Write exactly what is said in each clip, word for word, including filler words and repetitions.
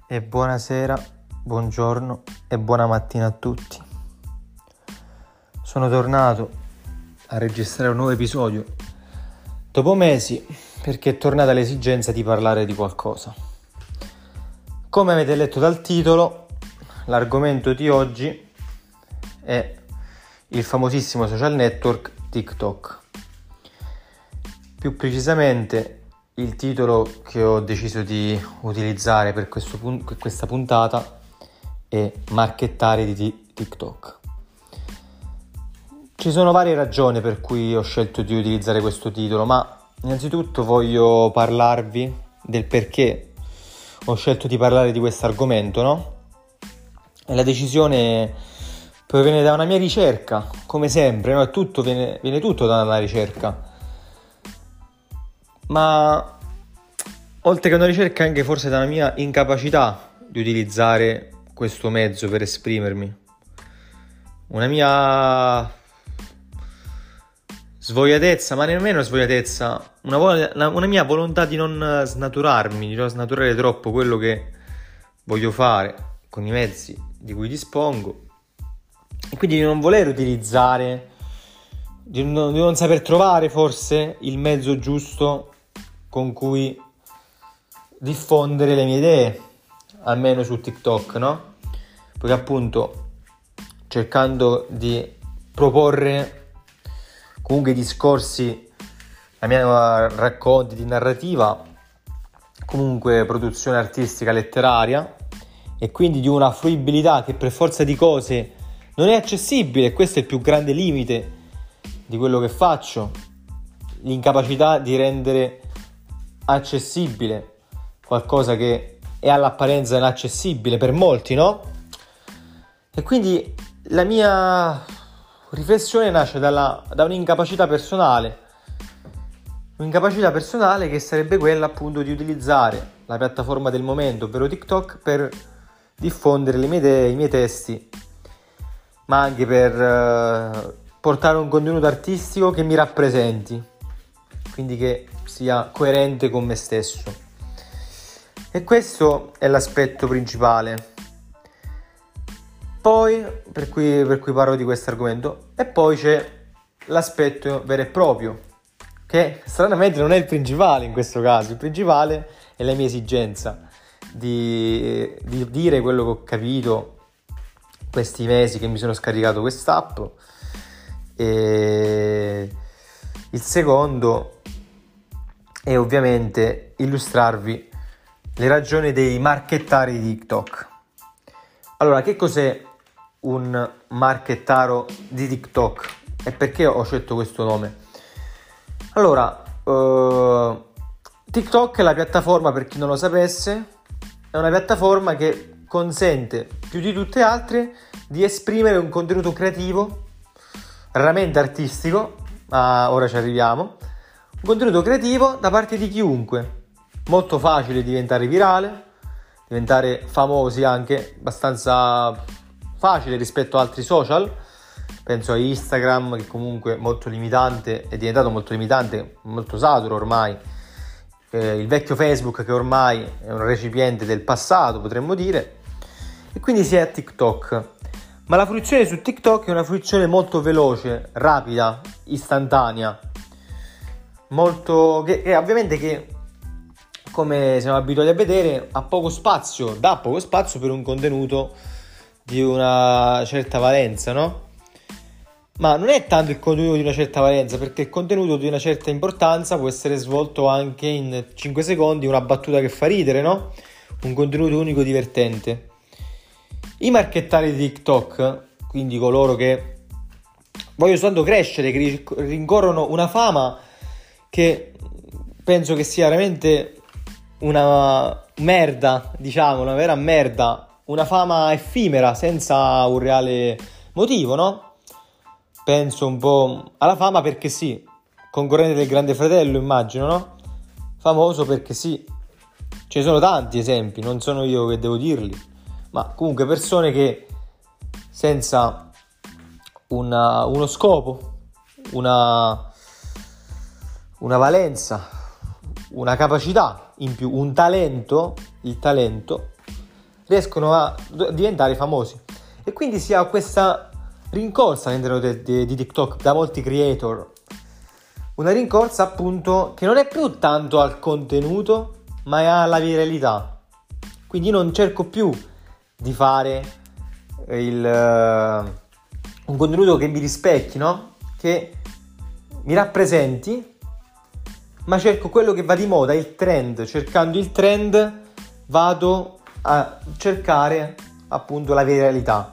E buonasera, buongiorno e buona mattina a tutti. Sono tornato a registrare un nuovo episodio dopo mesi perché è tornata l'esigenza di parlare di qualcosa. Come avete letto dal titolo, l'argomento di oggi è il famosissimo social network TikTok. Più precisamente, il titolo che ho deciso di utilizzare per, questo pun- per questa puntata è Marchettari di TikTok. Ci sono varie ragioni per cui ho scelto di utilizzare questo titolo, ma innanzitutto voglio parlarvi del perché ho scelto di parlare di questo argomento, no? E la decisione proviene da una mia ricerca, come sempre, no? Tutto viene, viene tutto da una ricerca. Ma oltre che una ricerca, anche forse dalla mia incapacità di utilizzare questo mezzo per esprimermi, una mia svogliatezza, ma nemmeno svogliatezza, una, voglia, una mia volontà di non snaturarmi, di non snaturare troppo quello che voglio fare con i mezzi di cui dispongo, e quindi di non voler utilizzare, di non, di non saper trovare forse il mezzo giusto con cui diffondere le mie idee, almeno su TikTok, no? Perché appunto, cercando di proporre comunque discorsi, la mia racconti di narrativa, comunque produzione artistica letteraria, e quindi di una fruibilità che per forza di cose non è accessibile, e questo è il più grande limite di quello che faccio, l'incapacità di rendere accessibile qualcosa che è all'apparenza inaccessibile per molti, no? E quindi la mia riflessione nasce dalla, da un'incapacità personale, un'incapacità personale che sarebbe quella appunto di utilizzare la piattaforma del momento, ovvero TikTok, per diffondere le mie idee, i miei testi, ma anche per eh, portare un contenuto artistico che mi rappresenti, quindi che sia coerente con me stesso. E questo è l'aspetto principale. Poi, per cui, per cui parlo di questo argomento, e poi c'è l'aspetto vero e proprio, che stranamente non è il principale in questo caso. Il principale è la mia esigenza di, di dire quello che ho capito questi mesi che mi sono scaricato quest'app. E il secondo è ovviamente illustrarvi le ragioni dei marchettari di TikTok. Allora, che cos'è un marchettaro di TikTok e perché ho scelto questo nome? Allora, uh, TikTok è la piattaforma, per chi non lo sapesse, è una piattaforma che consente più di tutte altre di esprimere un contenuto creativo, raramente artistico, ma ora ci arriviamo, un contenuto creativo da parte di chiunque. Molto facile diventare virale, diventare famosi anche, abbastanza facile rispetto a altri social. Penso a Instagram, che comunque è molto limitante, è diventato molto limitante, molto saturo ormai. Eh, il vecchio Facebook, che ormai è un recipiente del passato, potremmo dire. E quindi si è a TikTok. Ma la fruizione su TikTok è una fruizione molto veloce, rapida, istantanea. Molto che, che ovviamente che, come siamo abituati a vedere, ha poco spazio, dà poco spazio per un contenuto di una certa valenza, no? Ma non è tanto il contenuto di una certa valenza, perché il contenuto di una certa importanza può essere svolto anche in cinque secondi, una battuta che fa ridere, no? Un contenuto unico divertente. I marchettari di TikTok, quindi coloro che vogliono soltanto crescere, che rincorrono una fama che penso che sia veramente una merda, diciamo, una vera merda, una fama effimera senza un reale motivo, no? Penso un po' alla fama perché sì, concorrente del Grande Fratello, immagino, no? Famoso perché sì. Ce ne sono tanti esempi, non sono io che devo dirli, ma comunque persone che senza una, uno scopo, una una valenza, una capacità in più, un talento, il talento riescono a diventare famosi. E quindi si ha questa rincorsa all'interno di, di, di TikTok da molti creator, una rincorsa appunto che non è più tanto al contenuto ma è alla viralità. Quindi io non cerco più di fare il, uh, un contenuto che mi rispecchi, no? Che mi rappresenti, ma cerco quello che va di moda, il trend. Cercando il trend vado a cercare appunto la viralità.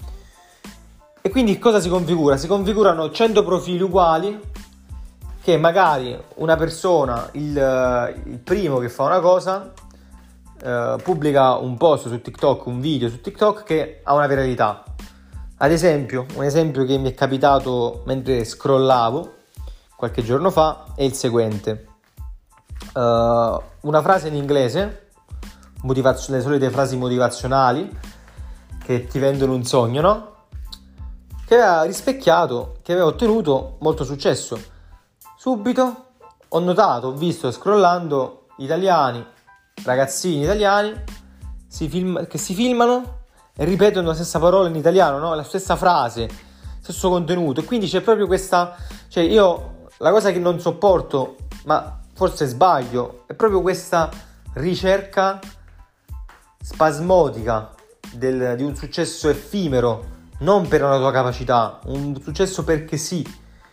E quindi cosa si configura? Si configurano cento profili uguali che magari una persona, il, il primo che fa una cosa, eh, pubblica un post su TikTok, un video su TikTok che ha una viralità. Ad esempio, un esempio che mi è capitato mentre scrollavo qualche giorno fa è il seguente. Uh, una frase in inglese, motivaz- le solite frasi motivazionali che ti vendono un sogno, no? Che aveva rispecchiato, che aveva ottenuto molto successo. Subito ho notato, ho visto scrollando italiani, ragazzini italiani si film- che si filmano e ripetono la stessa parola in italiano, no? La stessa frase, stesso contenuto. E quindi c'è proprio questa, cioè io la cosa che non sopporto, ma forse sbaglio, è proprio questa ricerca spasmodica del, di un successo effimero, non per una tua capacità, un successo perché sì.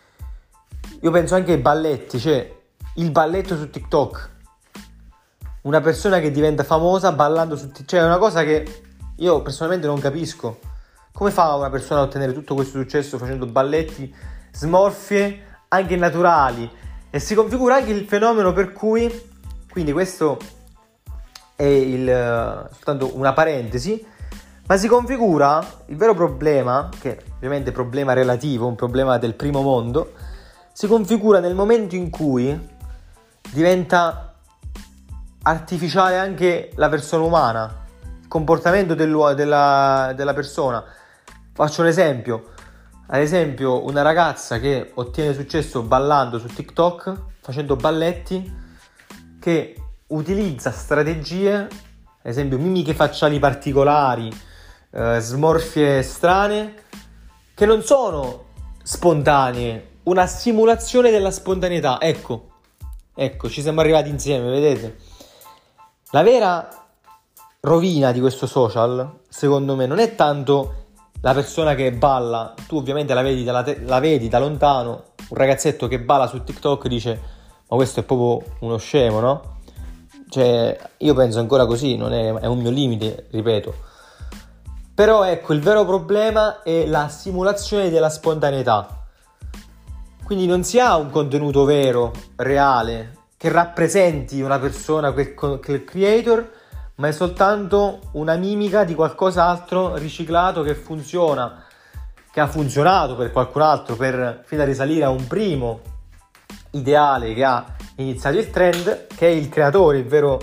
Io penso anche ai balletti, cioè il balletto su TikTok, una persona che diventa famosa ballando su TikTok, cioè è una cosa che io personalmente non capisco. Come fa una persona a ottenere tutto questo successo facendo balletti, smorfie, anche naturali? E si configura anche il fenomeno per cui, quindi questo è il, soltanto una parentesi, ma si configura il vero problema, che ovviamente è problema relativo, un problema del primo mondo, si configura nel momento in cui diventa artificiale anche la persona umana, il comportamento del, della, della persona. Faccio un esempio. Ad esempio una ragazza che ottiene successo ballando su TikTok, facendo balletti, che utilizza strategie, ad esempio mimiche facciali particolari, eh, smorfie strane, che non sono spontanee, una simulazione della spontaneità. Ecco, ecco, ci siamo arrivati insieme, vedete? La vera rovina di questo social, secondo me, non è tanto la persona che balla. Tu ovviamente la vedi, dalla te- la vedi da lontano, un ragazzetto che balla su TikTok dice ma questo è proprio uno scemo, no? Cioè io penso ancora così, non è, è un mio limite, ripeto. Però ecco, il vero problema è la simulazione della spontaneità. Quindi non si ha un contenuto vero, reale, che rappresenti una persona, quel, quel creator, ma è soltanto una mimica di qualcos'altro riciclato che funziona, che ha funzionato per qualcun altro per fino a risalire a un primo ideale che ha iniziato il trend, che è il creatore, il vero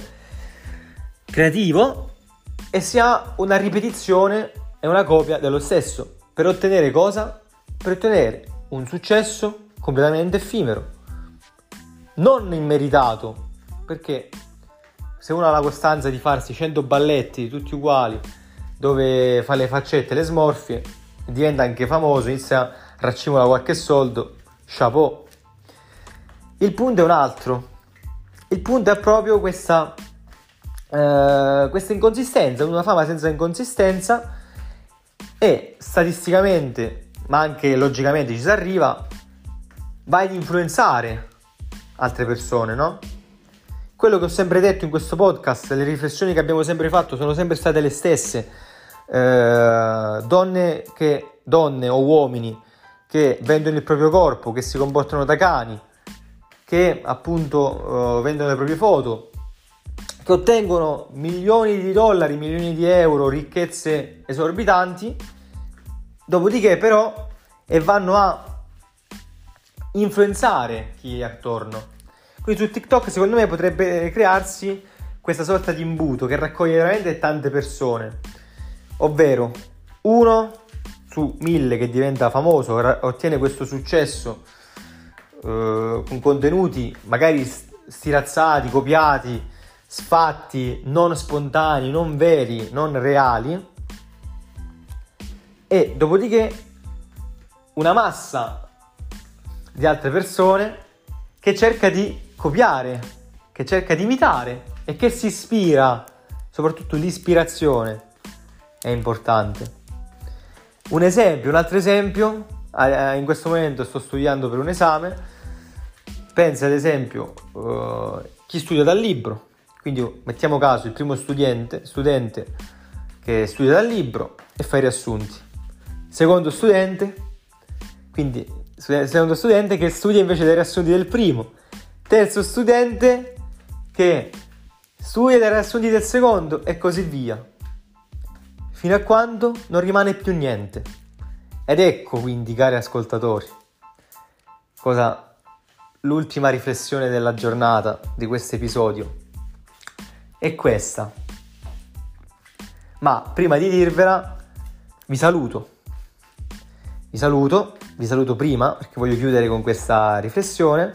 creativo, e si ha una ripetizione e una copia dello stesso per ottenere cosa? Per ottenere un successo completamente effimero, non immeritato, perché se uno ha la costanza di farsi cento balletti tutti uguali dove fa le faccette, le smorfie, diventa anche famoso, inizia a raccimola qualche soldo, chapeau. Il punto è un altro. Il punto è proprio questa eh, questa inconsistenza, una fama senza inconsistenza, e statisticamente, ma anche logicamente ci si arriva, vai ad influenzare altre persone, no? Quello che ho sempre detto in questo podcast, le riflessioni che abbiamo sempre fatto sono sempre state le stesse. Eh, donne che donne o uomini che vendono il proprio corpo, che si comportano da cani, che appunto eh, vendono le proprie foto, che ottengono milioni di dollari, milioni di euro, ricchezze esorbitanti, dopodiché però e vanno a influenzare chi è attorno. Quindi su TikTok secondo me potrebbe crearsi questa sorta di imbuto che raccoglie veramente tante persone, ovvero uno su mille che diventa famoso, ottiene questo successo eh, con contenuti magari stirazzati, copiati, sfatti non spontanei, non veri, non reali, e dopodiché una massa di altre persone che cerca di copiare, che cerca di imitare e che si ispira. Soprattutto l'ispirazione è importante. Un esempio, un altro esempio, in questo momento sto studiando per un esame. Pensa ad esempio uh, chi studia dal libro, quindi mettiamo caso il primo studente, studente che studia dal libro e fa i riassunti. Secondo studente, quindi secondo studente che studia invece dai riassunti del primo. Terzo studente che studia dai riassunti del secondo e così via, fino a quando non rimane più niente. Ed ecco quindi, cari ascoltatori, cosa l'ultima riflessione della giornata di questo episodio è questa. Ma prima di dirvela vi saluto. Vi saluto, vi saluto prima perché voglio chiudere con questa riflessione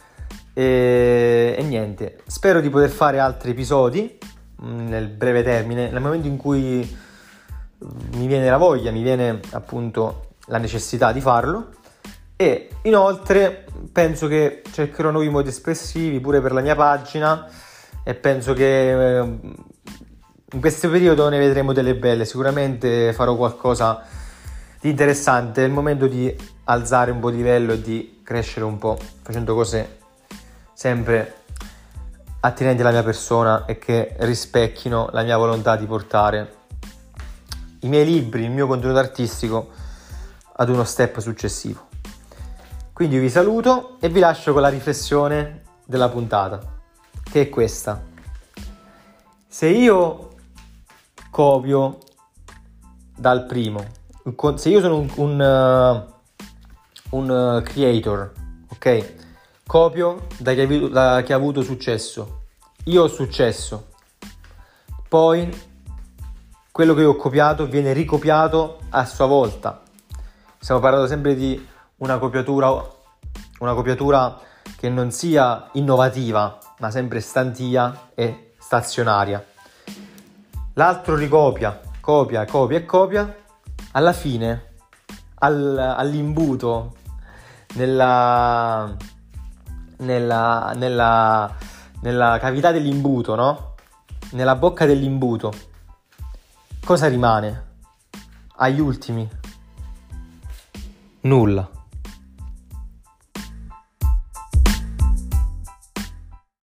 e, e niente, spero di poter fare altri episodi nel breve termine, nel momento in cui mi viene la voglia, mi viene appunto la necessità di farlo. E inoltre penso che cercherò nuovi modi espressivi pure per la mia pagina e penso che in questo periodo ne vedremo delle belle. Sicuramente farò qualcosa di interessante. È il momento di alzare un po' di livello e di crescere un po', facendo cose sempre attinenti alla mia persona e che rispecchino la mia volontà di portare i miei libri, il mio contenuto artistico ad uno step successivo. Quindi vi saluto e vi lascio con la riflessione della puntata, che è questa: se io copio dal primo, se io sono un, un, uh, un creator, ok? Copio da chi, ha, da chi ha avuto successo, io ho successo, poi quello che ho copiato viene ricopiato a sua volta. Stiamo parlando sempre di una copiatura, una copiatura che non sia innovativa, ma sempre stantia e stazionaria. L'altro ricopia, copia, copia e copia. Alla fine, al, all'imbuto, nella, nella, nella, nella cavità dell'imbuto, no? Nella bocca dell'imbuto, cosa rimane? Agli ultimi? Nulla.